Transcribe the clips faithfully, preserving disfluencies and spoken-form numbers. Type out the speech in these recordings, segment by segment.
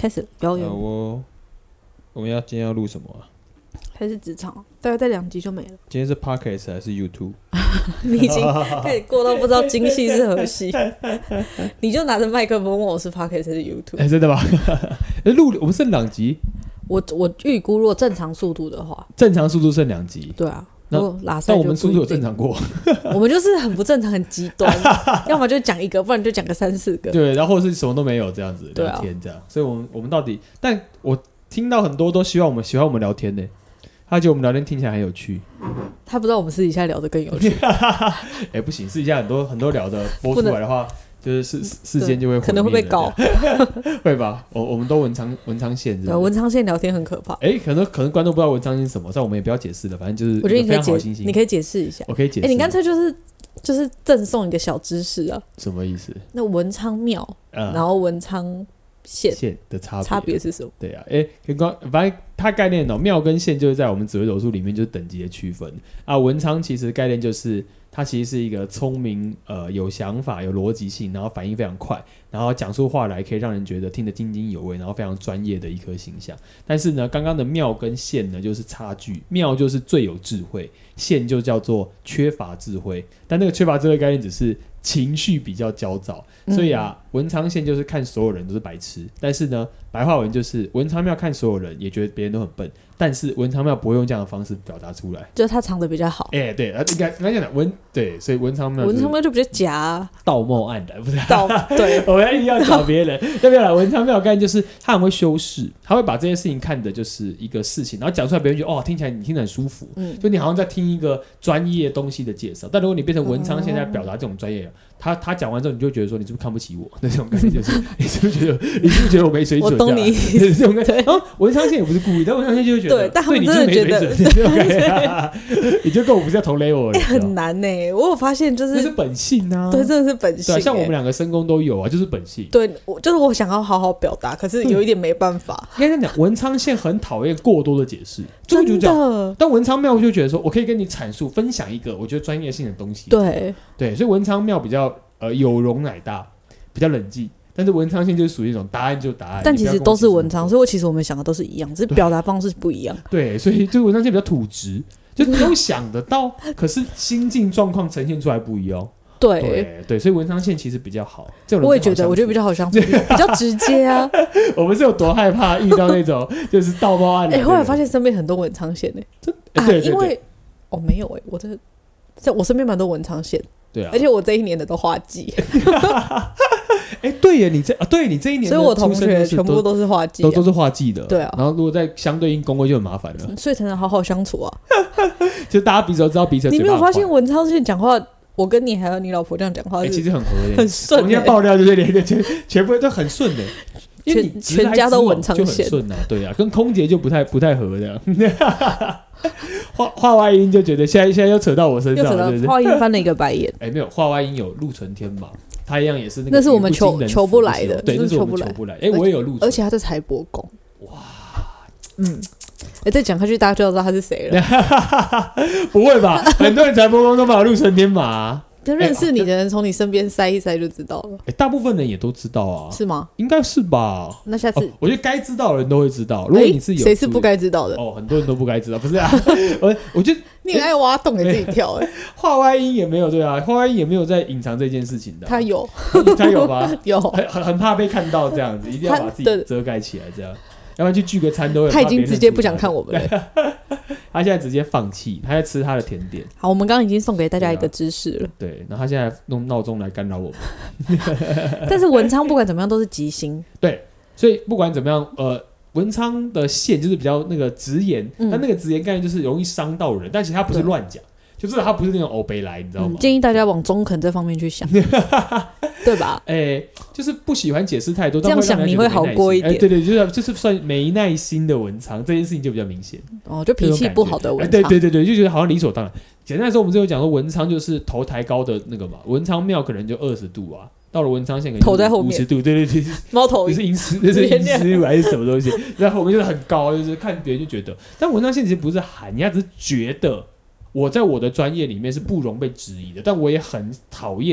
开始表演。 好哦，我们要今天要录什么啊？ 还是职场，大概在两集就没了。 今天是 Podcast 还是 YouTube？ 你已经开始过到不知道京戏是何戏，你就拿着麦克风问我是 Podcast 还是 YouTube？ 哎、欸，真的吗？录我们剩两集， 我我预估如果正常速度的话， 正常速度剩两集。 对啊， 那如果拉塞但我们速度有正常过， 我们就是很不正常、很极端，要么就讲一个，不然就讲个三四个。 对，然后或是什么都没有这样子对啊聊天这样，所以我们我们到底，但我听到很多都希望我们喜欢我们聊天呢、欸。他觉得我们聊天听起来很有趣， 他不知道我们私底下聊得更有趣。 哎、欸，不行，私底下很多很多聊的播出来的话，就是世世间就会可能会被告， 会吧？我我们都文昌文昌线是不是， 对，文昌线聊天很可怕。 哎、欸，可能可能观众不知道文昌线是什么，但我们也不要解释了，反正就是我觉得你可以解， 星星你可以解释一下。 我可以解释。 哎、欸，你干脆就是就是赠送一个小知识啊。 什么意思？ 那文昌庙， 嗯、 然后文昌线线的差别差别是什么？ 对啊，哎、欸，刚反正它概念哦，庙跟线就是在我们紫微斗数里面就是等级的区分啊。文昌其实概念就是它其实是一个聪明、呃有想法、有逻辑性，然后反应非常快，然后讲出话来可以让人觉得听得津津有味，然后非常专业的一颗形象。但是呢，刚刚的庙跟线呢就是差距，庙就是最有智慧，线就叫做缺乏智慧。但那个缺乏智慧概念只是情绪比较焦躁，所以啊，文昌线就是看所有人都是白痴，但是呢，白话文就是文昌庙看所有人也觉得别人都很笨，但是文昌庙不会用这样的方式表达出来， 就是他藏的比较好。 哎、欸，对，应该应该讲文对，所以文昌庙文昌庙就比较假、啊， 道貌岸然，不是道对， 我们一定要找别人。对不对？文昌庙的概念就是他很会修饰，他会把这件事情看的就是一个事情，然后讲出来，别人觉得哦，听起来你听得很舒服，嗯，就你好像在听一个专业东西的介绍。但如果你变成文昌现在表达这种专业，他他讲完之后，你就觉得说你是不是看不起我？那种感觉就是你是不是觉得你是不是觉得我没水准？ 我懂你这种感觉。然后文昌线也不是故意，但文昌线就会觉得对，但他们真的觉得这种感觉，你就跟我不是要同 level 了、 欸，很难呢、欸。我有发现就是那是本性啊， 对，真的是本性、欸。 对，像我们两个身宫都有啊，就是本性。 对，我就是我想要好好表达，可是有一点没办法。 应该讲文昌线很讨厌过多的解释，就真的。 但文昌庙就觉得说，我可以跟你阐述、分享一个我觉得专业性的东西。 对对，所以文昌庙比较呃有容乃大，比较冷静。但是文昌线就是属于一种答案就答案， 但其实都是文昌，所以我其实我们想的都是一样，只是表达方式不一样。 对，所以就文昌线比较土直，就都想得到，可是心境状况呈现出来不一样。 对对, 对，所以文昌线其实比较好。这种我也觉得，我觉得比较好相处，比较直接啊。 我们是有多害怕遇到那种就是道貌岸然？ 哎、欸，后来发现身边很多文昌线哎、欸， 啊，对对对， 因为哦没有哎、欸，我这在我身边蛮多文昌线， 对啊， 而且我这一年的都画技。 哎、欸，对耶，你这啊，对你这一年的， 所以我同学全部都是画技、啊， 都都是画技的， 对啊。 然后如果在相对应宫位就很麻烦了， 所以才能好好相处啊。 就大家彼此都知道彼此的嘴巴。 你没有发现文昌线讲话？我跟你还有你老婆这样讲话， 哎、欸，其实很合的， 很顺、欸。 我们现在爆料就是连个全全部都很顺的，因为你全家都文昌线， 就很顺啊，对啊，跟空姐就不太不太合这样。画画外音就觉得现在现在又扯到我身上，对不对？ 画音翻了一个白眼。 哎、欸，没有，画外音有禄存天马，他一样也是那个， 那是我们求求不来的， 对，那是我们求不来。哎、欸，我也有禄存， 而且他在财帛宫。哇，嗯。哎、欸，再讲下去，大家就知道他是谁了。 不会吧？很多人财帛宫都把禄存天马、啊， 就认识你的人从你身边塞一塞就知道了。 哎、欸，大部分人也都知道啊， 是吗？ 应该是吧。 那下次、 哦、我觉得该知道的人都会知道。如果你是有， 谁、欸、是不该知道的？ 哦，很多人都不该知道，不是啊？我我觉得你很爱挖洞给自己跳、欸，哎， 画外音也没有对啊，画外音也没有在隐藏这件事情的、啊。 他有， 他有吧？ 有， 很很怕被看到这样子，一定要把自己遮盖起来，这样。要不然去聚个餐都会。 他已经直接不想看我们了。 他现在直接放弃，他在吃他的甜点。 好，我们刚刚已经送给大家一个知识了。 对、啊，对，然后他现在弄闹钟来干扰我们。 但是文昌不管怎么样都是吉星。 对，所以不管怎么样，呃，文昌的线就是比较那个直言，但、嗯、那个直言概念就是容易伤到人，但其实他不是乱讲。就是他不是那种欧北来，你知道吗、 嗯？建议大家往中肯这方面去想，对吧？ 哎、欸，就是不喜欢解释太多， 这样想你会好过一点。 欸、对对，就是就是算没耐心的文昌，这件事情就比较明显。 哦，就脾气不好的文昌。 欸、对对对对，就觉得好像理所当然。简单来说，我们之前有讲说文昌就是头抬高的那个嘛，文昌庙可能就二十度啊，到了文昌线可能头在后面五十度，对对对， 猫头鹰是银丝，就是银丝路还是什么东西，然后我们就是很高，就是看别人就觉得，但文昌线其实不是喊，人家只是觉得。我在我的专业里面是不容被质疑的，但我也很讨厌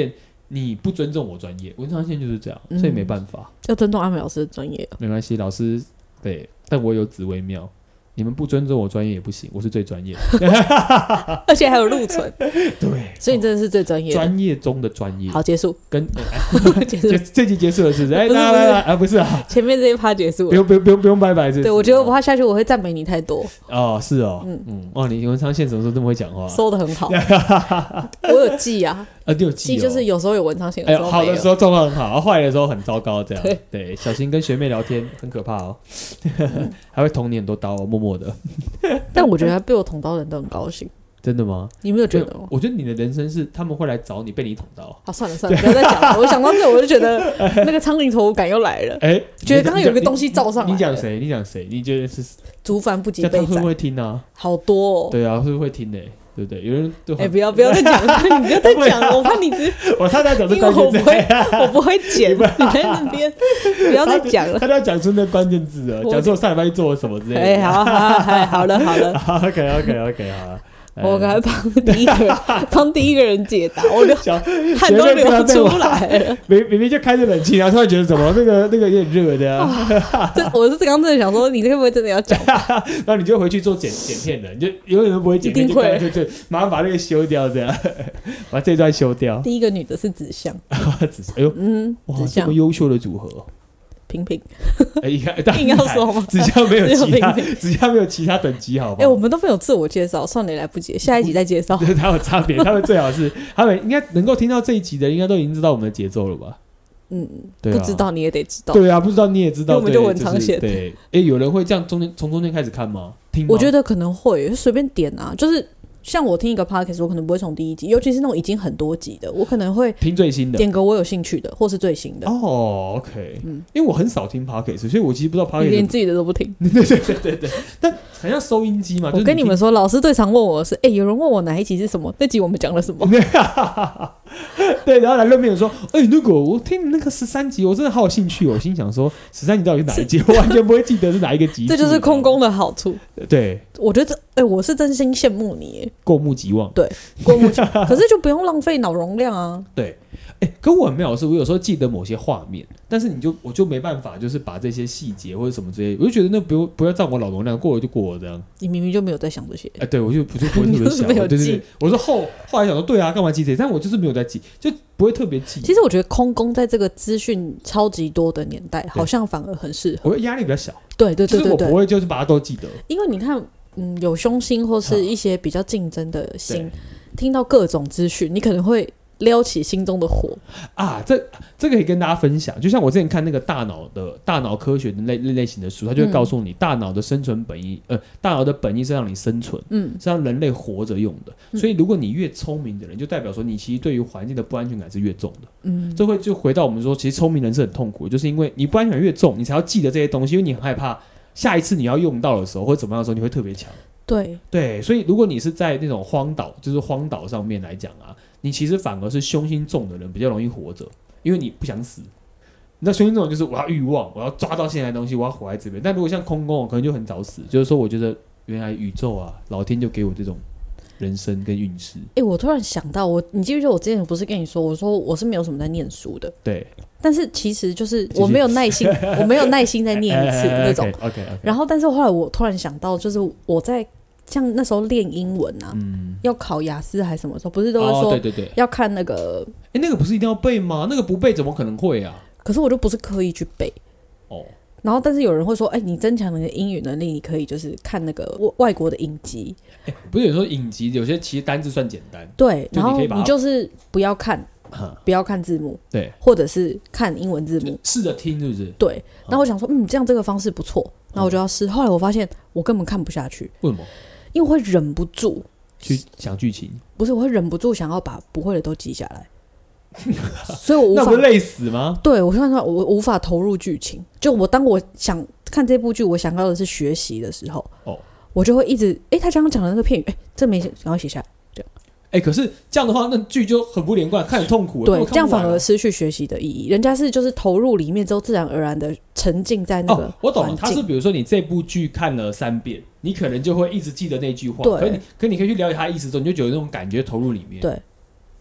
你不尊重我专业，文昌线就是这样，所以没办法， 要尊重阿美老师的专业。 没关系，老师对，但我有紫微庙。你们不尊重我专业也不行，我是最专业的， 而且还有录存， 对， 所以你真的是最专业的， 专业中的专业。 好，结束， 跟、 欸、结束， 这集结束了是不是？哎、欸， 来来来啊，不是啊， 前面这一趴结束了， 不用不用不用不用拜拜，是不是？ 对，我觉得我怕下去我会赞美你太多。 哦，是哦，嗯嗯，哇，你文昌线什么时候这么会讲话？ 收得很好，我有记啊， 啊，你有记、哦， 记就是有时候有文昌线，有时候没有、 哎、好的时候状况很好，坏的时候很糟糕，这样对对，小心跟学妹聊天很可怕哦，还会捅你很多刀哦，默默的。 但我觉得被我捅刀的人都很高兴。 真的吗？ 你没有觉得吗？ 我觉得你的人生是他们会来找你，被你捅刀。 好，算了算了，不要再讲了。我想到这，我就觉得那个苍蝇头感又来了。哎、欸，觉得刚刚有个东西罩上来。 你讲谁？你讲谁？你觉得是竹凡不及被宰？ 他会不会听啊？ 好多哦。 对啊，会不会听呢、欸？对不对？有人都哎、 欸，不要不要再讲了，你不要再讲了，我怕你只我他在讲这关键字，我不会，我不会剪， 你在那边不要再讲了。 他都要讲出那关键字了，讲出我上礼拜去做了什么之类的。 哎、欸，好好好，好了好了 ，OK OK OK 好了。 我刚才帮第一个人帮第一个人解答，我就汗都流出来了。 明明明就开着冷气，然后突然觉得怎么那个那个有点热的、啊哦。这我是刚真的想说，你这会不会真的要讲？ 然后你就回去做剪剪片的，你就永远都不会剪片， 一定会就就就马上把那个修掉，这样把这段修掉。 第一个女的是子相， 子相，哎呦， 嗯， 哇，这么优秀的组合。 平平， 哎， 硬要说吗？ 子相没有其他，子相没有其他等级，好吧？ 哎，我们都没有自我介绍，算了，来不及，下一集再介绍。 对，他有差别，他们最好是他们应该能够听到这一集的，应该都已经知道我们的节奏了吧？ 嗯， 对、啊， 不知道你也得知道。 对啊，不知道你也知道， 我们就文昌线。 对，哎，有人会这样中间从中间开始看吗？听吗？ 我觉得可能会随便点啊，就是。像我听一个 podcast， 我可能不会从第一集，尤其是那种已经很多集的，我可能会听最新的， 点个我有兴趣的，或是最新的。 哦 ，OK，嗯，因为我很少听 podcast， 所以我其实不知道 podcast， 你连自己的都不听。 对对对对对，但很像收音机嘛。 我跟你们说，老师最常问我的是，哎、欸，有人问我哪一集是什么？那集我们讲了什么？ 对，然后来论辩说，哎、欸，那个我听那个十三集，我真的好有兴趣哦。我心想说，十三集到底是哪一集？我完全不会记得是哪一个集。 这就是空宫的好处。 对， 我觉得，哎、欸，我是真心羡慕你耶， 过目即忘。 对，过目即忘。可是就不用浪费脑容量啊。 对，哎、欸，可我很妙的是，我有时候记得某些画面，但是你就我就没办法，就是把这些细节或者什么之类，我就觉得那不用不要占我脑容量，过了就过了这样。 你明明就没有在想这些。 哎、欸，对，我就我就不会特别想， 没有记对对对。我说后后来想说，对啊，干嘛记这些？但我就是没有在记，就不会特别记。 其实我觉得空宫在这个资讯超级多的年代，好像反而很适合。 我压力比较小。 对对对对对， 就是我不会就是把它都记得， 因为你看，嗯，有凶星或是一些比较竞争的星，听到各种资讯，你可能会撩起心中的火啊！这这个可以跟大家分享。就像我之前看那个大脑的大脑科学的类类型的书，它就会告诉你，大脑的生存本意，呃，大脑的本意是让你生存，嗯，是让人类活着用的。嗯、所以，如果你越聪明的人，就代表说你其实对于环境的不安全感是越重的。嗯，这会就回到我们说，其实聪明人是很痛苦的，就是因为你不安全感越重，你才要记得这些东西，因为你很害怕下一次你要用到的时候或者怎么样的时候，你会特别强。 对对， 所以如果你是在那种荒岛，就是荒岛上面来讲啊。你其实反而是凶心重的人比较容易活着，因为你不想死。你知道凶心重的就是我要欲望，我要抓到现在的东西，我要活在这边。但如果像空宫，可能就很早死。就是说，我觉得原来宇宙啊，老天就给我这种人生跟运势。 哎、欸，我突然想到，我你记不记得我之前不是跟你说，我说我是没有什么在念书的。对。但是其实就是我没有耐心，我没有耐心再念一次那种。 OK OK, okay。 然后，但是后来我突然想到，就是我在。像那时候练英文啊、嗯，要考雅思还是什么时候，不是都会说， 哦、对对对， 要看那个， 哎、欸，那个不是一定要背吗？那个不背怎么可能会啊？ 可是我就不是刻意去背，哦。然后，但是有人会说，哎、欸，你增强你的英语能力，你可以就是看那个外国的影集。 欸、不是有时候影集有些其实单字算简单， 对，然后你就是不要看，不要看字幕， 对， 或者是看英文字幕， 试着听，是不是？ 对。然后我想说，嗯，这样这个方式不错，那我就要试。后来我发现我根本看不下去， 为什么？ 因为我会忍不住去想剧情， 不是我会忍不住想要把不会的都记下来，所以我无法那不是累死吗？ 对，我看到我无法投入剧情。就我当我想看这部剧，我想要的是学习的时候，哦，我就会一直哎，他刚刚讲的那个片语，哎，这没想要写下来，这样。 哎，可是这样的话，那剧就很不连贯，看很痛苦。 对，这样反而失去学习的意义。人家是就是投入里面之后，自然而然的沉浸在那个、哦。 我懂了，他是比如说你这部剧看了三遍，你可能就会一直记得那句话。 对， 可你可你可以去了解他的意思之后，你就觉得那种感觉投入里面。 对。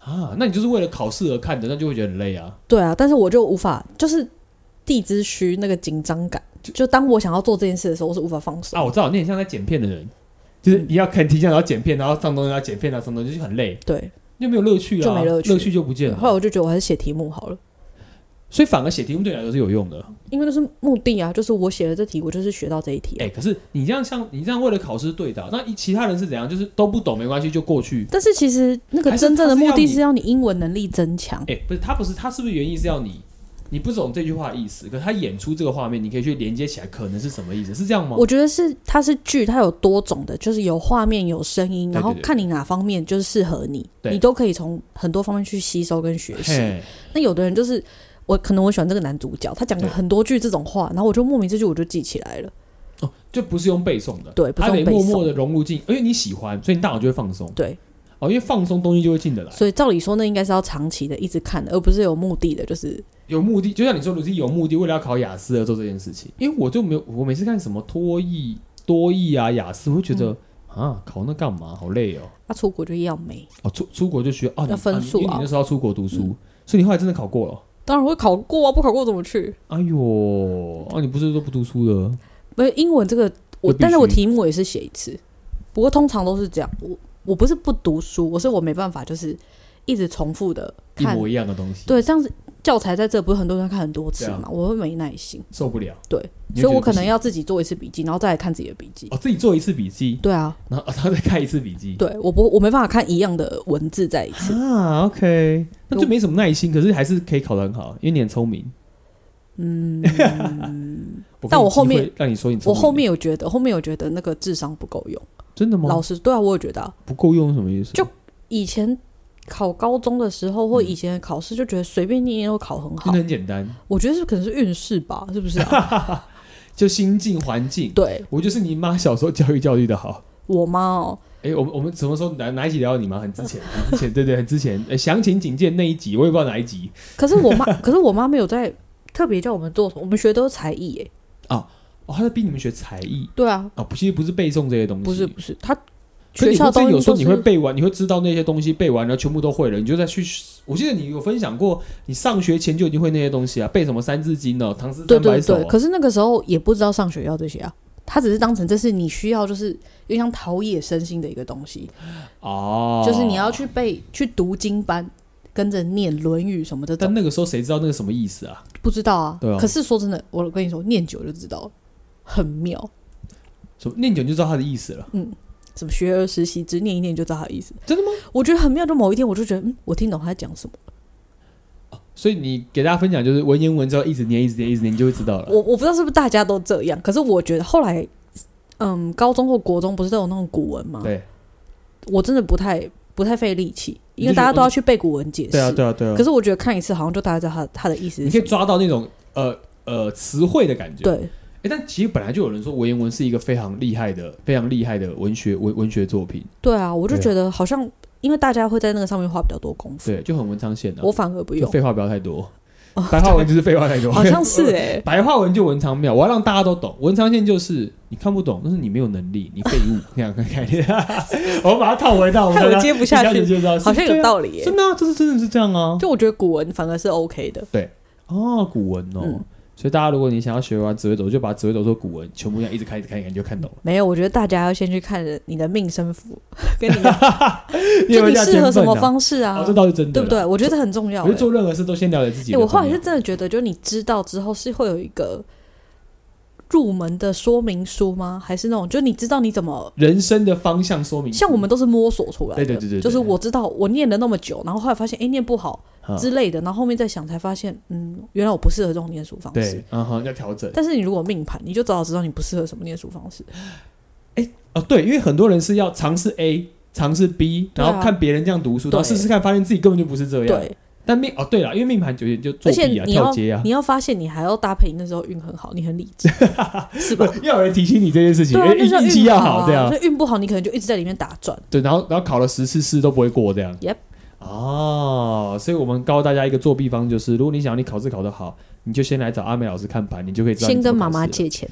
啊，那你就是为了考试而看的，那就会觉得很累啊。 对啊，但是我就无法，就是地之虚那个紧张感，就当我想要做这件事的时候，我是无法放松啊。我知道你很像在剪片的人，就是你要看停下，然后剪片，然后上东西，然后剪片，然后上东西，就很累。 对， 就没有乐趣啊， 就没乐趣， 乐趣就不见了。 后来我就觉得我还是写题目好了。 所以反而写题目对你来说是有用的， 因为那是目的啊，就是我写了这题，我就是学到这一题、啊。 哎、欸，可是你这样像你这样为了考试对的、啊，那其他人是怎样？就是都不懂没关系就过去。 但是其实那个真正的目的是要你英文能力增强。 哎、欸，不是，他不是，他是不是原意是要你？你不懂这句话的意思，可是他演出这个画面，你可以去连接起来，可能是什么意思？是这样吗？ 我觉得是，它是剧，它有多种的，就是有画面、有声音，然后看你哪方面就是适合你，你都可以从很多方面去吸收跟学习。那有的人就是我，可能我喜欢这个男主角，他讲了很多句这种话，然后我就莫名这句我就记起来了。 哦，就不是用背诵的， 对，不是用背诵， 他得默默的融入进，因为你喜欢，所以你大脑就会放松。 对。 哦，因为放松东西就会进得来， 所以照理说那应该是要长期的一直看的，而不是有目的的，就是有目的。就像你说，你是有目的，为了要考雅思而做这件事情。因为我就没有，我每次看什么多益、多益啊、雅思，我会觉得、嗯、啊，考那干嘛？好累哦。 他、啊、出国就要没哦，出出国就需要哦， 要分数啊。 因为你那时候要出国读书、嗯，所以你后来真的考过了。 当然会考过啊，不考过怎么去？ 哎呦，啊，你不是都不读书了？ 没有英文这个，我但是我题目也是写一次，不过通常都是这样。我我不是不读书，我是我没办法，就是一直重复的看一模一样的东西。 对，这样子教材在这，不是很多人看很多次嘛？啊、我会没耐心， 受不了。 对，所以我可能要自己做一次笔记，然后再来看自己的笔记。 哦，自己做一次笔记。 对啊， 然后然后再看一次笔记。 对，我不我没办法看一样的文字再一次啊。OK， 那就没什么耐心，可是还是可以考得很好，因为你很聪明。 嗯， 我但我后面让你说你聪明， 我后面有觉得，后面有觉得那个智商不够用。 真的吗？ 老师，对啊，我也觉得、啊、 不够用什么意思？ 就以前考高中的时候，或以前的考试，就觉得随便念念都考很好， 真的很简单。 我觉得是可能是运势吧，是不是、啊？ 就心境环境。 对， 我就是你妈小时候教育教育的好。 我妈哦， 哎、欸，我们我们什么时候哪哪一集聊到你妈？很之前，很之前，对对，很之前。哎、欸，详情请见那一集，我也不知道哪一集。 可是我妈，可是我妈没有在特别叫我们做什么，我们学的都是才艺耶。 啊哦，她在逼你们学才艺。 对啊。 哦，其实不是背诵这些东西。 不是不是，她。 学校东西有时候你会背完，你会知道那些东西背完了，全部都会了，你就再去。我记得你有分享过，你上学前就已经会那些东西啊，背什么《三字经》哦，《唐诗三百首》。 对对对，可是那个时候也不知道上学要这些啊，他只是当成这是你需要，就是有点像陶冶身心的一个东西哦，就是你要去背、去读经班，跟着念《论语》什么的。 但那个时候谁知道那个什么意思啊？ 不知道啊。 对啊。 可是说真的，我跟你说，念久就知道了，很妙。 什么念久就知道它的意思了？ 嗯。什么学而时习之，念一念就知道他的意思。 真的吗？ 我觉得很妙。就某一天，我就觉得，嗯，我听懂他在讲什么了、 哦。所以你给大家分享，就是文言文之后一直念，一直念，一直念，你就会知道了。 我我不知道是不是大家都这样，可是我觉得后来，嗯，高中或国中不是都有那种古文吗？ 对， 我真的不太不太费力气，因为大家都要去背古文解释。 对啊，对啊，对啊。 可是我觉得看一次，好像就大概知道他他的意思是什么。 你可以抓到那种呃呃词汇的感觉。 对。 欸、但其实本来就有人说文言文是一个非常厉害的、非常厉害的文学文文学作品。 对啊，我就觉得好像因为大家会在那个上面花比较多功夫， 对，就很文昌线的、啊。 我反而不用， 废话不要太多。哦、白话文就是废话太多， 好像是哎、欸。 白话文就文昌庙，我要让大家都懂。文昌线就是你看不懂，但是你没有能力，你废物那样的概念。我们把它套回到我们我接不下去，好像有道理耶、 欸。真的、啊，这是真的是这样啊。 就我觉得古文反而是 OK 的。 对，哦，古文哦。嗯，所以大家如果你想要学完紫微斗，就把紫微斗说古文全部这样一直看一直看一看，你就看懂了。 没有，我觉得大家要先去看你的命生符，跟你的就你适合什么方式啊？ 哦，这倒是真的， 对不对？我觉得这很重要、欸。 我觉得做任何事都先了解自己的。 欸、我后来是真的觉得，就你知道之后是会有一个入门的说明书吗？还是那种就你知道你怎么人生的方向说明书？ 像我们都是摸索出来的， 对对对 对, 对， 就是我知道我念了那么久，然后后来发现哎、欸、念不好之类的，然后后面再想才发现，嗯，原来我不适合这种念书方式， 对，嗯哼，要调整。 但是你如果命盘，你就早早知道你不适合什么念书方式。 哎、欸、哦对，因为很多人是要尝试 A， 尝试 B， 然后看别人这样读书，然后试试看，发现自己根本就不是这样。对。但命哦，对了，因为命盘就就作弊啊，跳街啊， 你要发现你还要搭配你那时候运很好，你很理智，是吧？ 要有人提醒你这件事情， 对啊， 运运气要好，这样。 所以运不好，你可能就一直在里面打转。 对，然后然后考了十次试都不会过，这样。 Yep。 哦，所以我们告诉大家一个作弊方，就是如果你想要你考试考得好，你就先来找阿美老师看盘，你就可以知道你先跟妈妈借钱，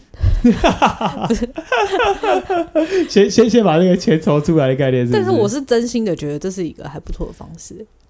先先先把那个钱筹出来的概念是不是。 但是我是真心的觉得这是一个还不错的方式。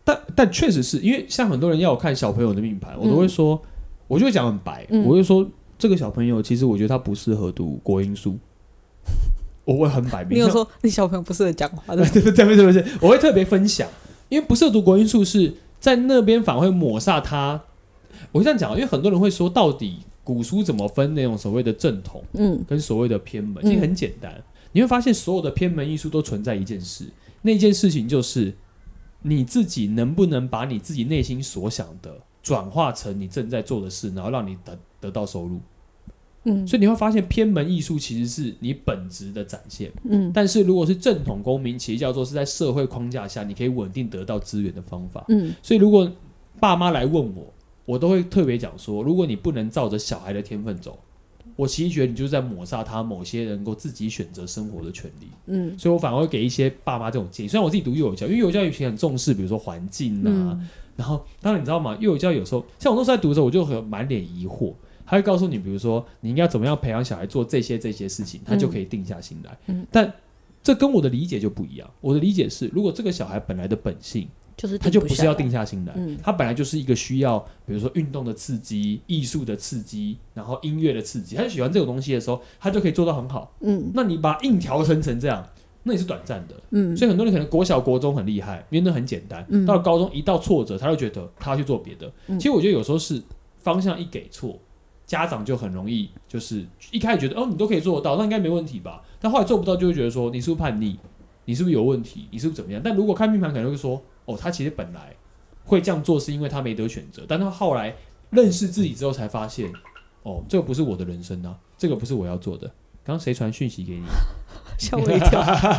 但但确实是因为像很多人要我看小朋友的命盘，我都会说，嗯、我就会讲很白，嗯、我会说这个小朋友其实我觉得他不适合读国英数。我会很摆明。 你有说你小朋友不适合讲话？对对对对对对，我会特别分享，因为不适合读国英数是在那边反而会抹煞他。我会这样讲，因为很多人会说，到底古书怎么分那种所谓的正统，嗯，跟所谓的偏门？其实很简单，嗯、你会发现所有的偏门艺术都存在一件事，那件事情就是你自己能不能把你自己内心所想的转化成你正在做的事，然后让你 得, 得到收入。嗯，所以你会发现偏门艺术其实是你本质的展现，嗯，但是如果是正统公民，其实叫做是在社会框架下你可以稳定得到资源的方法，嗯，所以如果爸妈来问我，我都会特别讲说，如果你不能照着小孩的天分走，我其实觉得你就是在抹杀他某些能够自己选择生活的权利，嗯，所以我反而会给一些爸妈这种建议。虽然我自己读幼儿教育，因为幼儿教育其实很重视比如说环境啊、嗯、然后当然你知道吗，幼儿教育有时候像我那时候在读的时候，我就很满脸疑惑，他会告诉你比如说你应该怎么样培养小孩做这些这些事情，他就可以定下心来、嗯、但这跟我的理解就不一样。我的理解是，如果这个小孩本来的本性就是他就不是要定下心来、嗯、他本来就是一个需要比如说运动的刺激、艺术的刺激，然后音乐的刺激，他就喜欢这种东西的时候，他就可以做到很好、嗯、那你把硬调成成这样，那也是短暂的、嗯、所以很多人可能国小国中很厉害，因为那很简单、嗯、到了高中一到挫折他就觉得他要去做别的、嗯、其实我觉得有时候是方向一给错，家长就很容易就是一开始觉得哦你都可以做得到，那应该没问题吧，但后来做不到就会觉得说你是不是叛逆，你是不是有问题，你是不是怎么样。但如果看命盘可能会说哦他其实本来会这样做是因为他没得选择，但他后来认识自己之后才发现哦这个不是我的人生啊，这个不是我要做的。刚刚谁传讯息给你？ 吓我一跳。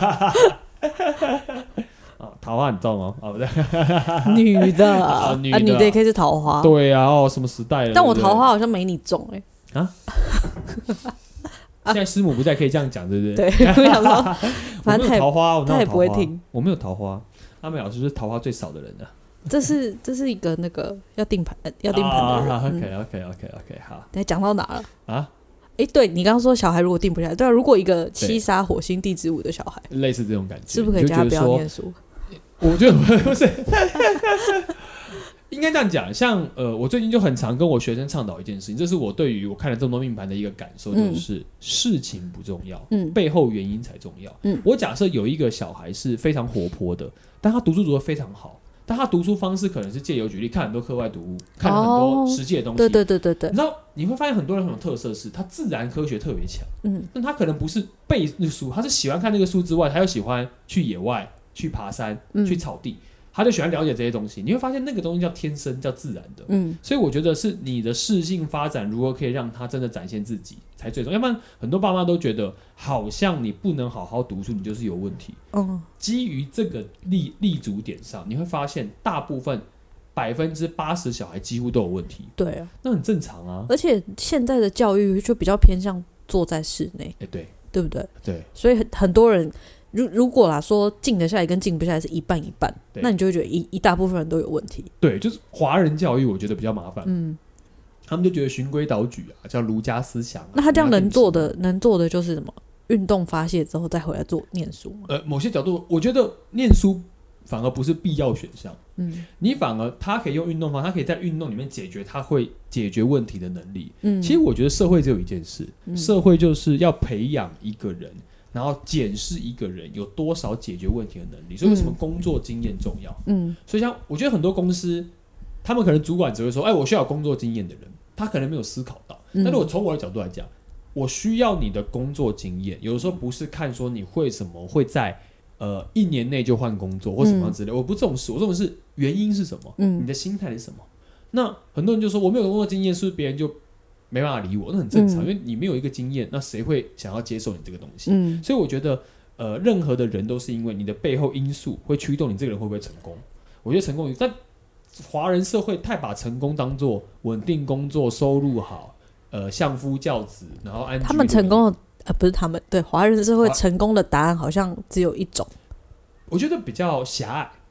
啊、桃花很重哦，哦不对， 女的啊，女的、啊、女的也可以是桃花。 对啊，哦什么时代了？ 但我桃花好像没你重哎、欸。啊？ 现在师母不在，可以这样讲，对不对？对，我想说，反正我没有桃花，我哪有桃花？他也不会听。 我没有桃花，阿美老师是桃花最少的人啊。 这是这是一个那个要定盘要定盘的人。 啊、OK OK OK OK 好。 等下讲到哪了？啊？ 哎、 欸，对你刚刚说小孩如果定不下来，对啊，如果一个七杀火星地支午的小孩， 类似这种感觉， 是不是可以叫他不要念书？ 我觉得不是，应该这样讲。像呃，我最近就很常跟我学生倡导一件事情，这是我对于我看了这么多命盘的一个感受，就是事情不重要，嗯，背后原因才重要。嗯，我假设有一个小孩是非常活泼的，但他读书读得非常好。但他读书方式可能是借由举例，看很多课外读物，看很多实际的东西。 对对对对对。 你知道你会发现很多人很有特色是，他自然科学特别强，嗯，但他可能不是背那个书，他是喜欢看那个书之外，他又喜欢去野外、去爬山、嗯、去草地，他就喜欢了解这些东西。你会发现那个东西叫天生，叫自然的，嗯。所以我觉得是你的适性发展如何可以让他真的展现自己才最重要，要不然很多爸妈都觉得好像你不能好好读书，你就是有问题。嗯。基于这个 立, 立足点上，你会发现大部分百分之八十小孩几乎都有问题。 对啊， 那很正常啊。 而且现在的教育就比较偏向坐在室内， 欸、对对不对？ 对， 所以 很, 很多人如如果啦说静得下来跟静不下来是一半一半，那你就会觉得 一, 一大部分人都有问题。 对，就是华人教育我觉得比较麻烦。嗯。他们就觉得循规蹈矩啊，叫儒家思想、啊。 那他这样能做的，能做的就是什么？运动发泄之后再回来做念书吗？ 呃，某些角度，我觉得念书反而不是必要选项。嗯，你反而他可以用运动方法，他可以在运动里面解决他会解决问题的能力。嗯，其实我觉得社会只有一件事，嗯、社会就是要培养一个人，然后检视一个人有多少解决问题的能力。所以为什么工作经验重要？嗯，所以像我觉得很多公司，他们可能主管只会说：“哎，我需要有工作经验的人。”他可能没有思考到。但如果从我的角度来讲，我需要你的工作经验，有的时候不是看说你会什么会在呃一年内就换工作或什么样之类、嗯、我不重视，我重视原因是什么、嗯、你的心态是什么。那很多人就说我没有工作经验，是不是别人就没办法理我？那很正常、嗯、因为你没有一个经验，那谁会想要接受你这个东西、嗯、所以我觉得呃，任何的人都是因为你的背后因素会驱动你这个人会不会成功。我觉得成功但华人社会太把成功当作稳定工作、收入好、呃相夫教子，然后安居。他们成功的呃不是他们对华人社会成功的答案好像只有一种， 我觉得比较狭隘。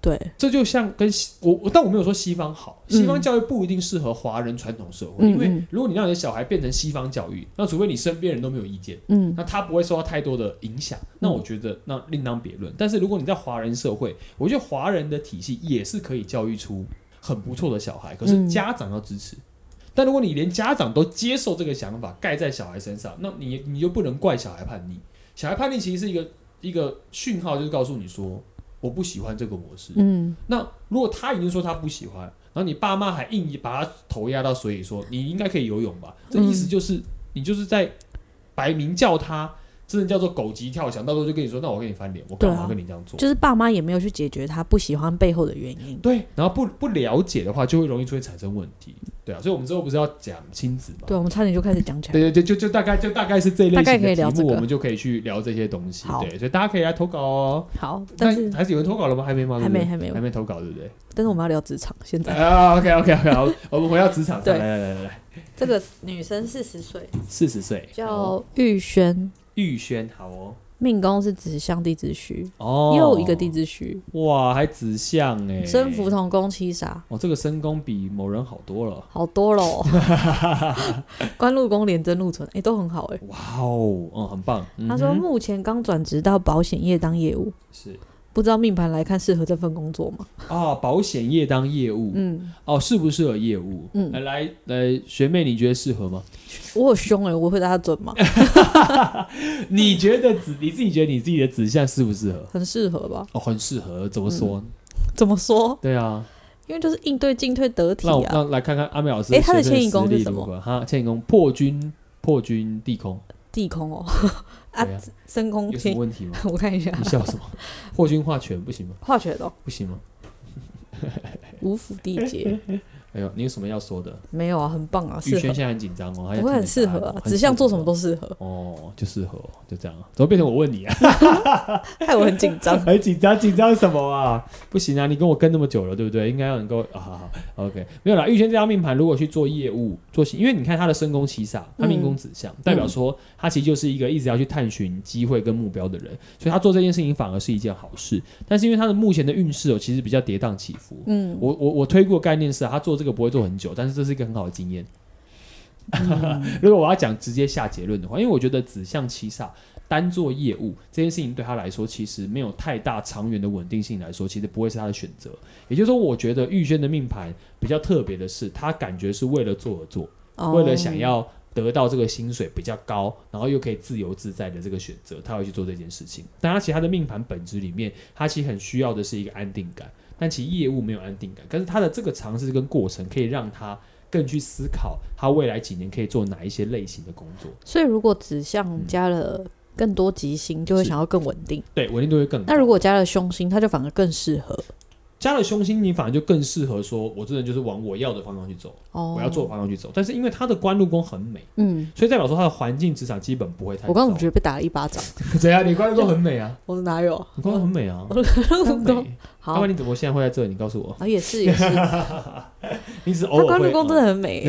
对， 这就像跟我，但我没有说西方好，西方教育不一定适合华人传统社会，嗯、因为如果你让你的小孩变成西方教育，那除非你身边人都没有意见，嗯，那他不会受到太多的影响，那我觉得那另当别论。但是如果你在华人社会，我觉得华人的体系也是可以教育出很不错的小孩，可是家长要支持。嗯，但如果你连家长都接受这个想法盖在小孩身上，那你你就不能怪小孩叛逆。小孩叛逆其实是一个一个讯号，就是告诉你说我不喜欢这个模式。嗯，那如果他已经说他不喜欢，然后你爸妈还硬把他头压到水里说你应该可以游泳吧，这意思就是、嗯、你就是在白明叫他。真的叫做狗急跳墙，到时候就跟你说，那我跟你翻脸，我干嘛跟你这样做？啊、 就是爸妈也没有去解决他不喜欢背后的原因。 对，然后不不了解的话，就会容易出现产生问题。对啊，所以我们之后不是要讲亲子嘛？ 对，我们差点就开始讲起来。 对对对，就就大概就大概是这一类型的题目，大概可以聊这个，我们就可以去聊这些东西。对，所以大家可以来投稿哦。 好，但是还是有人投稿了吗？还没吗？ 还没，还没， 还没投稿，对不对？ 但是我们要聊职场，现在啊 ，OK OK OK， 好，我们回到职场上，来来来来来， 这个女生四十岁， 四十岁， 叫玉轩。 玉轩，好哦， 命宫是子相地支戌，哦，又一个地支戌， 哇，还子相哎， 身福同宫七煞， 哦，这个身宫比某人好多了， 好多了、哦，官禄宫廉贞禄存，哎，都很好哎， 哇哦，嗯，很棒。嗯、 他说目前刚转职到保险业当业务， 是。 不知道命盘来看适合这份工作吗？ 啊，保险业当业务，嗯，哦，适不适合业务？嗯，来来，学妹，你觉得适合吗？ 我很凶哎、欸，我回答他准吗？ 你觉得子，你自己觉得你自己的子相适不适合？ 很适合吧？ 哦，很适合，怎么说？嗯、 怎么说？ 对啊， 因为就是应对进退得体啊。 那那来看看阿美老师， 哎、欸，他的迁移宫是什么？ 他迁移宫破军，破军地空。 地空哦，啊，深空有什么问题吗？ 我看一下， 你笑什么？破军化权不行吗？ 化权哦， 不行吗？ 五府地劫。 哎呦，你有什么要说的？ 没有啊，很棒啊， 玉轩现在很紧张哦， 不会很适合啊，指向做什么都适合哦，就适合，就这样，怎么变成我问你啊？ 害我很紧张， 很紧张，紧张什么啊？不行啊，你跟我跟那么久了，对不对？应该要能够啊，好好 ，OK， 没有啦。玉轩这张命盘如果去做业务，做因为你看他的身宫七煞，他命宫子相，嗯、代表说他其实就是一个一直要去探寻机会跟目标的人，所以他做这件事情反而是一件好事。但是因为他的目前的运势哦，其实比较跌宕起伏。嗯，我我我推过概念是、啊，他做这个不会做很久，但但是这是一个很好的经验。嗯、如果我要讲直接下结论的话，因为我觉得子相七煞单做业务这件事情对他来说，其实没有太大长远的稳定性来说，其实不会是他的选择。也就是说，我觉得玉轩的命盘比较特别的是，他感觉是为了做而做，哦、为了想要得到这个薪水比较高，然后又可以自由自在的这个选择，他会去做这件事情。但他其实他的命盘本质里面，他其实很需要的是一个安定感。但其实业务没有安定感，可是他的这个尝试跟过程可以让他更去思考他未来几年可以做哪一些类型的工作。 所以如果子相加了更多吉星，就会想要更稳定， 对，稳定度会更高。 那如果加了凶星，他就反而更适合。 加了凶星，你反而就更适合说，我真的就是往我要的方向去走，哦、我要做的方向去走。但是因为他的官禄宫很美，嗯，所以代表说他的环境职场基本不会太糟。 我刚刚觉得被打了一巴掌。 怎样？你官禄宫很美啊？ 我哪有？ 你官禄很美啊？ 我的官禄宫好。 要不然你怎么现在会在这里？你告诉我。 啊，也是也是。 你只偶尔会。 他官禄宫真的很美。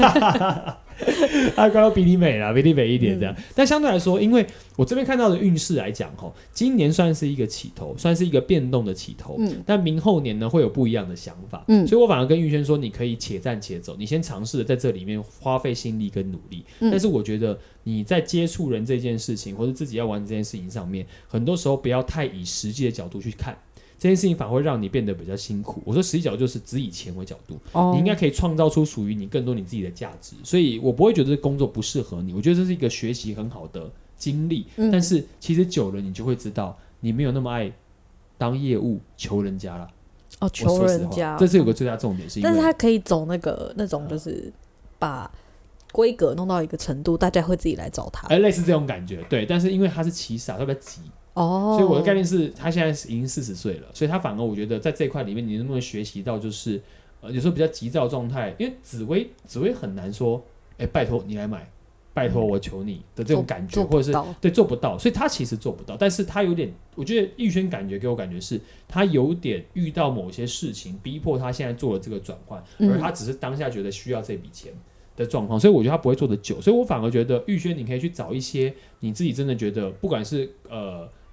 他刚刚比你美啦，比你美一点这样。嗯、但相对来说，因为我这边看到的运势来讲，今年算是一个起头，算是一个变动的起头。嗯、但明后年呢，会有不一样的想法。嗯、所以我反而跟玉轩说，你可以且战且走，你先尝试的在这里面花费心力跟努力。嗯、但是我觉得你在接触人这件事情，或者自己要玩这件事情上面，很多时候不要太以实际的角度去看。这件事情反而会让你变得比较辛苦。我说实际角度就是只以钱为角度，哦、你应该可以创造出属于你更多你自己的价值。所以我不会觉得这工作不适合你，我觉得这是一个学习很好的经历。嗯、但是其实久了你就会知道，你没有那么爱当业务求人家了。 哦，求人家， 这是有个最大重点是因为， 但是他可以走那个那种就是把规格弄到一个程度，大家会自己来找他。 哎，类似这种感觉，对。但是因为他是七煞，他比较急。哦，所以我的概念是他现在已经四十岁了，所以他反而我觉得在这一块里面，你能不能学习到就是呃有时候比较急躁的状态，因为紫微紫微很难说，哎，拜托你来买，拜托我求你的这种感觉，或者是对做不到，所以他其实做不到，但是他有点，我觉得玉轩感觉给我感觉是他有点遇到某些事情，逼迫他现在做了这个转换，而他只是当下觉得需要这笔钱的状况，所以我觉得他不会做得久，所以我反而觉得玉轩你可以去找一些你自己真的觉得不管是呃。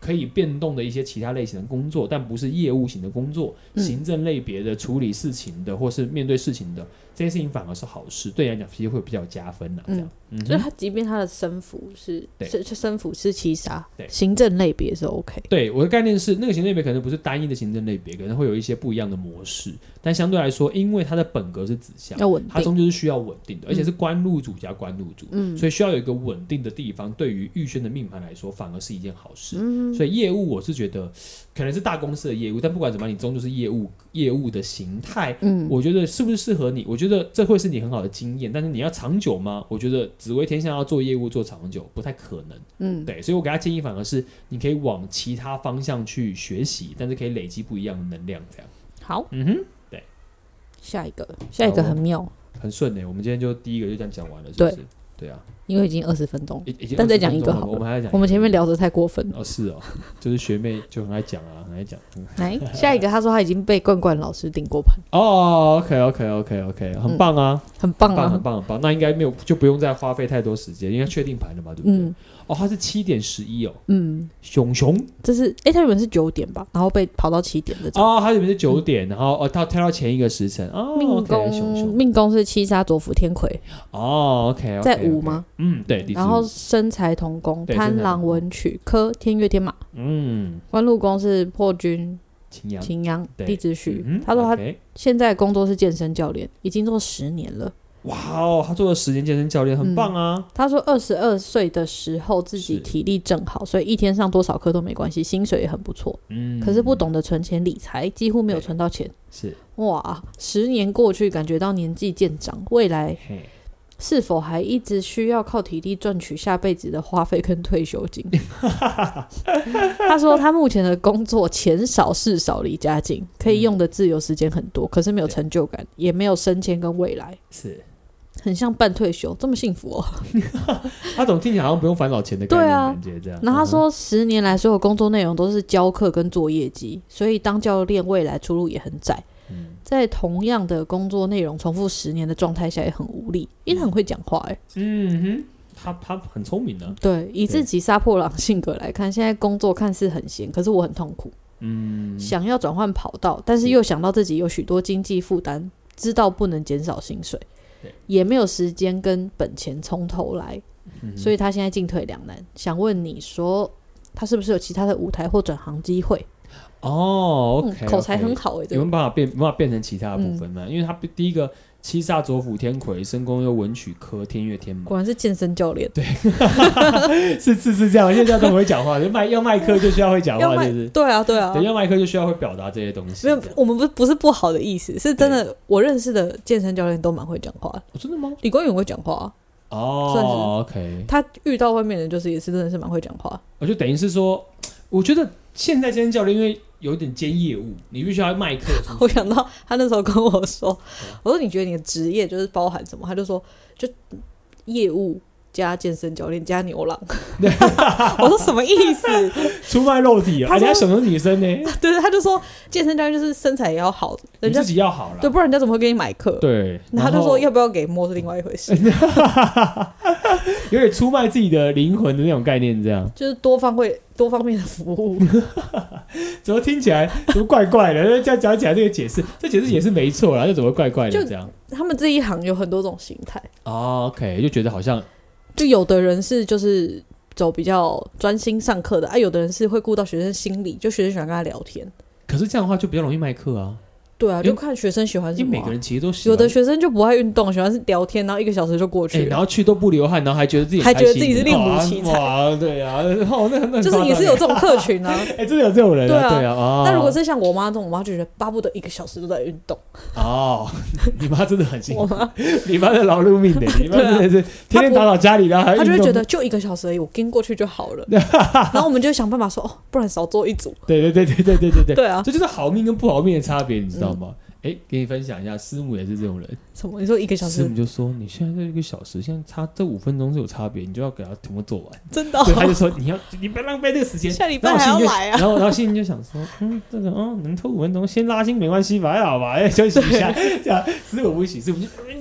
可以变动的一些其他类型的工作，但不是业务型的工作，嗯、行政类别的处理事情的，或是面对事情的这些事情反而是好事，对你来讲其实会比较加分啊。这样， 嗯嗯、所以他即便他的生辅是是生辅是七杀，行政类别是 OK。 对，我的概念是那个行政类别可能不是单一的行政类别，可能会有一些不一样的模式，但相对来说，因为它的本格是子项， 要稳定， 它终究是需要稳定的，而且是官禄主加官禄主，嗯、所以需要有一个稳定的地方，对于玉轩的命盘来说，反而是一件好事。嗯、所以业务我是觉得可能是大公司的业务，但不管怎么样，你终究是业务业务的形态，嗯、我觉得是不是适合你？我觉得这会是你很好的经验，但是你要长久吗？我觉得紫微天下要做业务做长久不太可能。嗯，对，所以我给他建议反而是你可以往其他方向去学习，但是可以累积不一样的能量，这样。 好， 嗯哼，对， 下一个，下一个很妙， 很顺诶。我们今天就第一个就这样讲完了，是不是？对。对啊， 因为已经二十分钟，但再讲一个好了。 我们还要讲， 我们前面聊得太过分了。 哦，是哦，就是学妹就很爱讲啊，很爱讲。 来，下一个，他说他已经被冠冠老师订过盘。 哦 ，OK OK OK OK， 很棒啊， 嗯、很棒啊， 很棒很棒。那应该没有，就不用再花费太多时间，应该确定盘了嘛，对不对？嗯、哦，他是七点十一哦。嗯，熊熊， 这是哎，他原本是九点吧，然后被跑到七点的。 哦，他原本是九点，嗯、然后哦，他跳到前一个时辰。哦， 命宫、okay, 命宫是七杀左辅天魁。 哦 ，OK，, okay 在五吗？ 嗯。对， 然后身财同宫，贪狼文曲科天月天马，嗯，官禄宫是破军擎羊，擎羊地支戌、嗯。他说他现在工作是健身教练，已经做十年了。 哇哦，他做了十年健身教练，很棒啊！嗯、 他说二十二岁的时候自己体力正好，所以一天上多少课都没关系，薪水也很不错。嗯，可是不懂得存钱理财，几乎没有存到钱。 是哇，十年过去，感觉到年纪渐长，未来。是否还一直需要靠体力赚取下辈子的花费跟退休金？他说他目前的工作钱少事少离家近，可以用的自由时间很多，可是没有成就感，也没有升迁跟未来， 是很像半退休，这么幸福哦。 他总听起来好像不用烦恼钱的概念，感觉这样。 然后他说十年来所有工作内容都是教课跟做业绩，所以当教练未来出路也很窄。嗯、在同样的工作内容重复十年的状态下也很无力，因为他很会讲话哎、欸。嗯哼，他他很聪明的、啊。 对，以自己杀破狼性格来看，现在工作看似很闲，可是我很痛苦。嗯，想要转换跑道，但是又想到自己有许多经济负担，知道不能减少薪水，也没有时间跟本钱从头来、嗯，所以他现在进退两难。想问你说，他是不是有其他的舞台或转行机会？ 哦 ，OK，, okay、 嗯、口才很好哎、欸， 有没有办法变，有办法变成其他的部分嘛、嗯？因为他第一个七煞左辅天魁，身宫又文曲科天月天马， 果然是健身教练。 对，是是是这样，现在都很会讲话，就卖要卖课就需要会讲话，就是？ 对啊对啊， 对，要卖课就需要会表达这些东西。 没有，我们不不是不好的意思，是真的，我认识的健身教练都蛮会讲话、 哦。真的吗？ 李光宇会讲话、啊。 哦 ，OK， 他遇到外面的就是也是真的是蛮会讲话。 我就等于是说，我觉得现在健身教练因为有点兼业务，你必须要卖课。 我想到他那时候跟我说，我说你觉得你的职业就是包含什么？他就说就业务加健身教练加牛郎。我说什么意思？ 出卖肉体啊！人家什么女生呢？ 对，他就说健身教练就是身材也要好，人家你自己要好啦， 对，不然人家怎么会给你买课？ 对， 然后他就说要不要给摸是另外一回事。 有点出卖自己的灵魂的那种概念，这样就是多方位多方面的服务。 怎么听起来怎么怪怪的？这样讲起来，这个解释，这解释也是没错啦，就怎么怪怪的这样？ 他们这一行有很多种形态。 哦 ，OK， 就觉得好像就有的人是就是走比较专心上课的啊，有的人是会顾到学生心理，就学生喜欢跟他聊天。 可是这样的话就比较容易卖课啊。 对啊，就看学生喜欢什么、啊。 因为每个人其实都喜欢， 有的学生就不爱运动，喜欢是聊天，然后一个小时就过去了、 欸，然后去都不流汗，然后还觉得自己还觉得自己是练武奇才， 哇，对啊，哦，那那就是也是有这种客群啊， 哎、欸，真的有这种人、啊，对啊，对啊。哦、 那如果是像我妈这种，我妈就觉得巴不得一个小时都在运动。 哦，你妈真的很辛苦，你妈的劳碌命的，你妈真的是天天打扫家里，然后还运动， 她就会觉得就一个小时而已，我跟过去就好了。然后我们就想办法说，哦，不然少做一组。 对对对对对对对对， 对啊， 这就是好命跟不好命的差别，你知道吗？嗯哎、欸，给你分享一下，师母也是这种人。 什么？你说一个小时？ 师母就说：“你现在这一个小时，现在差这五分钟是有差别，你就要给他全部做完。” 真的、哦？ 对，他就说：“你要，你不要浪费这个时间。” 下礼拜还要来啊？ 然后，然后心里就想说：“嗯，这个哦，能拖五分钟，先拉筋没关系吧，还好吧，哎，休息一下。”这样，师母不行，师母就你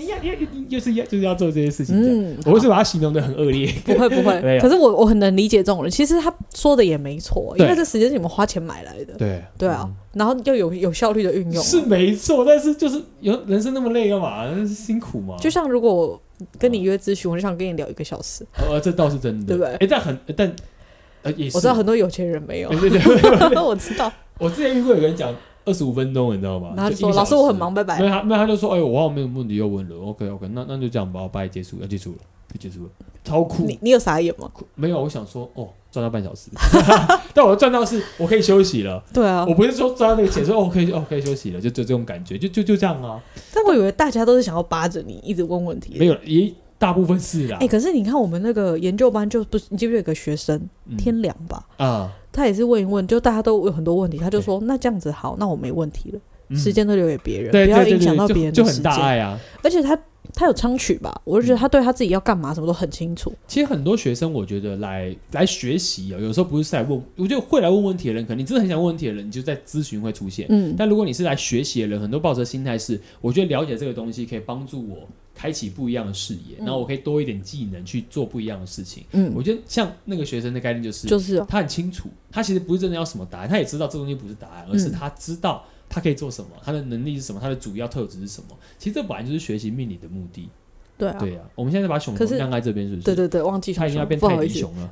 你要你你就是要就是要做这些事情，嗯，我是把它形容的很恶劣， 不会不会，可是我我很能理解这种人，其实他说的也没错，因为这时间是你们花钱买来的， 对对啊，嗯、然后又有有效率的运用、啊， 是没错，但是就是有人生那么累干嘛？那是辛苦嘛。 就像如果我跟你约咨询，我就想跟你聊一个小时， 呃，这倒是真的， 对不对？ 哎、欸，但很但呃也是， 我知道很多有钱人没有， 对对对， 我知道， 我之前遇过有人讲。二十五分钟，你知道吗？ 然后就说：“老师，我很忙，拜拜。” 没有他，没有他就说：“哎、欸，我好像没有问题又问了 ，OK OK， 那那就这样吧，我把你结束，要结束了，就结束了，超酷。 你”你有傻眼吗？ 没有，我想说，哦，赚到半小时，但我赚到是我可以休息了。 对啊， 我不是说赚到那个钱，说哦可以哦可以休息了，就就这种感觉，就就就这样啊。 但我以为大家都是想要扒着你，一直问问题。 没有，也大部分是啦。 哎、欸，可是你看我们那个研究班就不是，你记不记得有个学生、嗯、天良吧？啊，他也是问一问，就大家都有很多问题，他就说：“那这样子好，那我没问题了。”时间都留给别人、嗯，不要影响到别人的时间，就很大爱啊！而且他他有昌曲吧，我就觉得他对他自己要干嘛什么都很清楚。 其实很多学生，我觉得来来学习啊，有时候不是来问，我觉得会来问问题的人，可能你真的很想问问题的人，你就在咨询会出现。嗯，但如果你是来学习的人，很多抱着心态是，我觉得了解这个东西可以帮助我开启不一样的视野，嗯、然后我可以多一点技能去做不一样的事情。嗯，我觉得像那个学生的概念就是，就是、哦、他很清楚，他其实不是真的要什么答案，他也知道这东西不是答案，而是他知道。他可以做什么？他的能力是什么？他的主要特质是什么？其实这本来就是学习命理的目的。 对啊， 对啊。我们现在把熊熊晾在这边，是不是？ 对对对，忘记熊熊， 他已经要变泰迪熊了。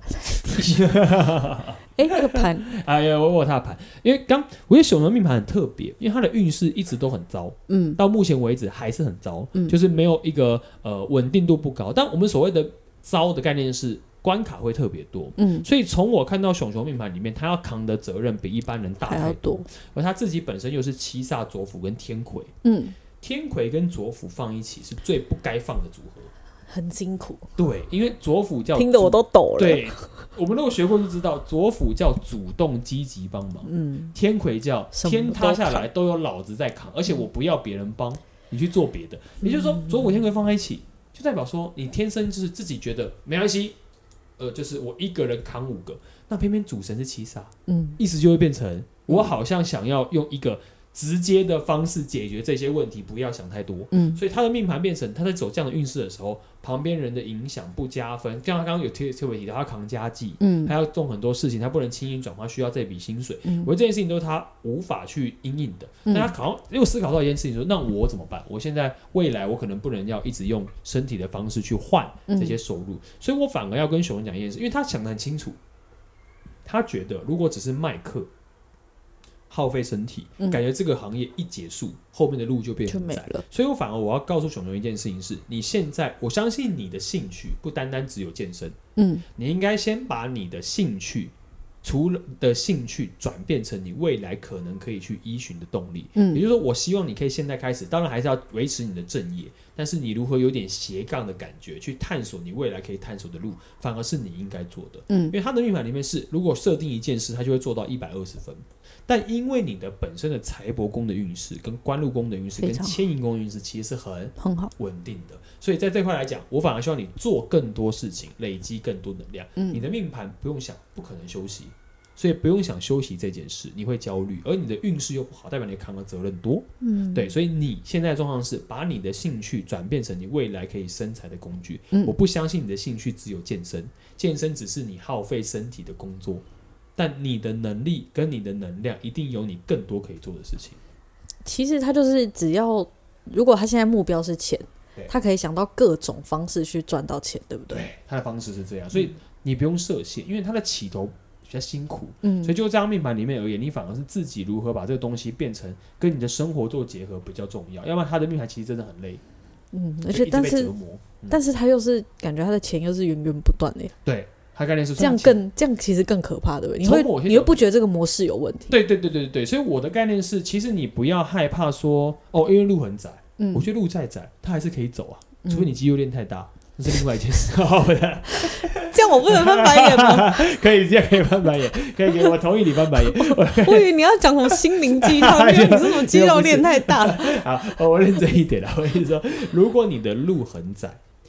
哎，那个盘， 哎呀，我有他的盘，因为刚我觉得熊熊的命盘很特别，因为他的运势一直都很糟，嗯，到目前为止还是很糟，嗯，就是没有一个呃稳定度不高。但我们所谓的糟的概念是。关卡会特别多，嗯，所以从我看到熊熊命盘里面，他要扛的责任比一般人大太多，而他自己本身又是七煞左辅跟天魁，嗯，天魁跟左辅放一起是最不该放的组合， 很辛苦， 对，因为左辅叫听得我都抖了， 对，我们如果学过就知道，左辅叫主动积极帮忙，嗯，天魁叫天塌下来都有老子在扛，而且我不要别人帮，你去做别的，也就是说左辅天魁放在一起，就代表说你天生就是自己觉得没关系。呃，就是我一个人扛五个，那偏偏主神是七煞，嗯，意思就会变成我好像想要用一个直接的方式解决这些问题，不要想太多，嗯，所以他的命盘变成他在走这样的运势的时候，旁边人的影响不加分，像他刚刚有特别提到，他扛家计，嗯，他要做很多事情，他不能轻易转化，需要这笔薪水，嗯，我觉得这件事情都是他无法去因应的，嗯，但他考又思考到一件事情说，那我怎么办？我现在未来我可能不能要一直用身体的方式去换这些收入，嗯，所以我反而要跟熊人讲一件事，因为他想得很清楚，他觉得如果只是卖课。耗费身体、嗯，感觉这个行业一结束，后面的路就变很窄了。所以我反而我要告诉熊熊一件事情是：你现在，我相信你的兴趣不单单只有健身，嗯，你应该先把你的兴趣，除了的兴趣转变成你未来可能可以去依循的动力。嗯，也就是说，我希望你可以现在开始，当然还是要维持你的正业，但是你如何有点斜杠的感觉，去探索你未来可以探索的路，反而是你应该做的。嗯，因为他的命盘里面是，如果设定一件事，他就会做到一百二十分。但因为你的本身的财帛宫的运势、跟官禄宫的运势、跟迁移宫的运势，其实是很很好稳定的。所以在这块来讲，我反而希望你做更多事情，累积更多能量。嗯，你的命盘不用想，不可能休息，所以不用想休息这件事，你会焦虑，而你的运势又不好，代表你扛的责任多。嗯，对，所以你现在的状况是把你的兴趣转变成你未来可以生财的工具。嗯，我不相信你的兴趣只有健身，健身只是你耗费身体的工作。但你的能力跟你的能量一定有你更多可以做的事情。 其实他就是只要，如果他现在目标是钱，他可以想到各种方式去赚到钱，对不对？ 对，他的方式是这样，所以你不用设限，因为他的起头比较辛苦，嗯，所以就这张命盘里面而言，你反而是自己如何把这个东西变成跟你的生活做结合比较重要，要不然他的命盘其实真的很累， 嗯，而且但是、嗯、但是他又是感觉他的钱又是源源不断的， 对。他概念是这样更这样其实更可怕，对不对？你会你会不觉得这个模式有问题？ 对对对对对，所以我的概念是，其实你不要害怕说哦，因为路很窄，嗯，我觉得路再窄，它还是可以走啊，除非你肌肉练太大，那是另外一件事。 这样我不能翻白眼吗？ 可以，这样可以翻白眼，可以，可以，我同意你翻白眼。 我以为你要讲什么心灵鸡汤，因为你是什么肌肉练太大。 好，我认真一点啦。我跟你说，如果你的路很窄。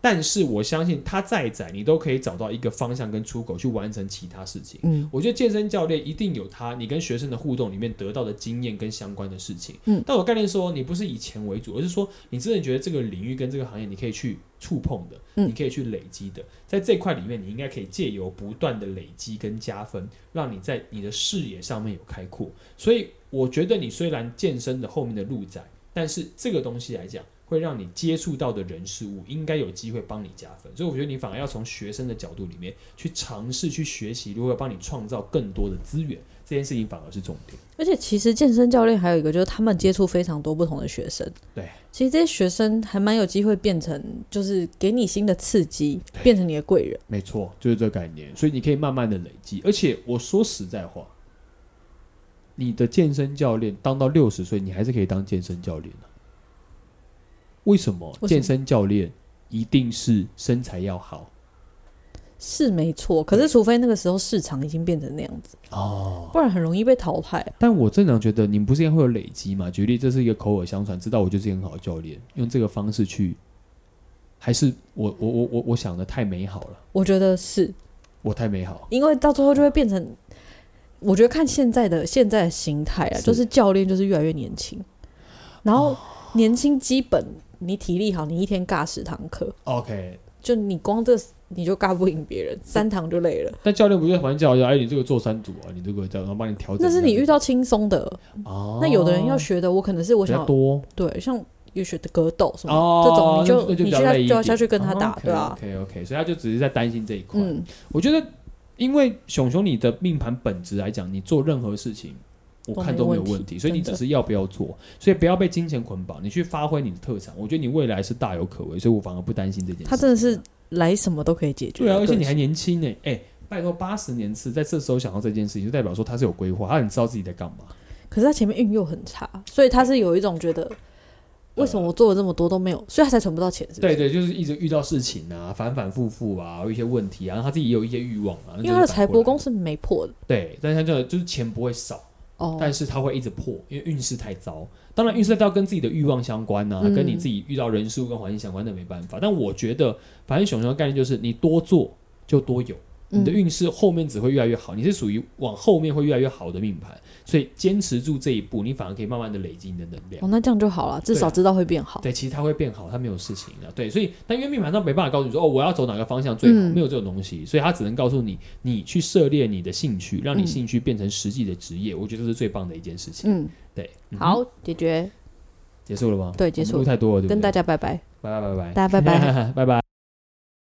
但是我相信他再窄你都可以找到一个方向跟出口去完成其他事情。嗯，我觉得健身教练一定有他你跟学生的互动里面得到的经验跟相关的事情。嗯，但我概念说你不是以钱为主，而是说你真的觉得这个领域跟这个行业你可以去触碰的、嗯、你可以去累积的，在这块里面你应该可以借由不断的累积跟加分，让你在你的视野上面有开阔。所以我觉得你虽然健身的后面的路窄，但是这个东西来讲会让你接触到的人事物应该有机会帮你加分。所以我觉得你反而要从学生的角度里面去尝试去学习如何帮你创造更多的资源，这件事情反而是重点。 而且其实健身教练还有一个就是他们接触非常多不同的学生， 对， 其实这些学生还蛮有机会变成就是给你新的刺激，变成你的贵人。 没错，就是这个概念。所以你可以慢慢的累积。而且我说实在话，你的健身教练当到六十岁你还是可以当健身教练、啊、为什么健身教练一定是身材要好？ 是没错，可是除非那个时候市场已经变成那样子、哦、不然很容易被淘汰、啊、 但我正常觉得你们不是应该会有累积吗？举例这是一个口耳相传，知道我就是一个很好的教练，用这个方式去，还是我我我我我想的太美好了？我觉得是我太美好， 因为到最后就会变成，我觉得看现在的现在的心态啊，就是教练就是越来越年轻，然后年轻基本你体力好，你一天尬十堂课 ，OK， 就你光这你就尬不赢别人，三堂就累了。 但教练不是反正教哎，你这个做三组啊，你这个这样，然后帮你调整。 那是你遇到轻松的、哦、那有的人要学的，我可能是我想要多对， 像有学的格斗什么、哦、这种，你就就你就要就要下去跟他打，哦、 okay, 对啊 ，OK OK， 所以他就只是在担心这一块。嗯，我觉得因为熊熊你的命盘本质来讲，你做任何事情。我看都没有问题，所以你只是要不要做，所以不要被金钱捆绑，你去发挥你的特长，我觉得你未来是大有可为，所以我反而不担心这件事。 他真的是来什么都可以解决， 对啊，而且你还年轻呢，哎、欸，拜托八十年次在这时候想到这件事情，就代表说他是有规划，他很知道自己在干嘛。 可是他前面运又很差，所以他是有一种觉得，为什么我做了这么多都没有，所以他才存不到钱是不是？ 对对，就是一直遇到事情啊，反反复复啊，有一些问题啊，然后他自己也有一些欲望啊， 因为他的财帛宫是没破的， 对，但是他就就是钱不会少。Oh. 但是它会一直破，因为运势太糟。当然运势太糟跟自己的欲望相关啊、嗯、跟你自己遇到人事物跟环境相关的没办法。但我觉得反正熊熊的概念就是你多做就多有，你的运势后面只会越来越好，你是属于往后面会越来越好的命盘，所以坚持住这一步，你反而可以慢慢的累积你的能量。 哦，那这样就好了，至少知道会变好。 对，对，其实它会变好，它没有事情的。对，所以但因为命盘上没办法告诉你说哦，我要走哪个方向最好、嗯，没有这种东西，所以它只能告诉你，你去涉猎你的兴趣，让你兴趣变成实际的职业、嗯，我觉得这是最棒的一件事情。嗯，对，嗯、 好，解决， 结束了吗？ 对，结束了。 录太多了，对不对？ 跟大家拜拜， 拜拜拜拜， 大家拜拜， 拜拜。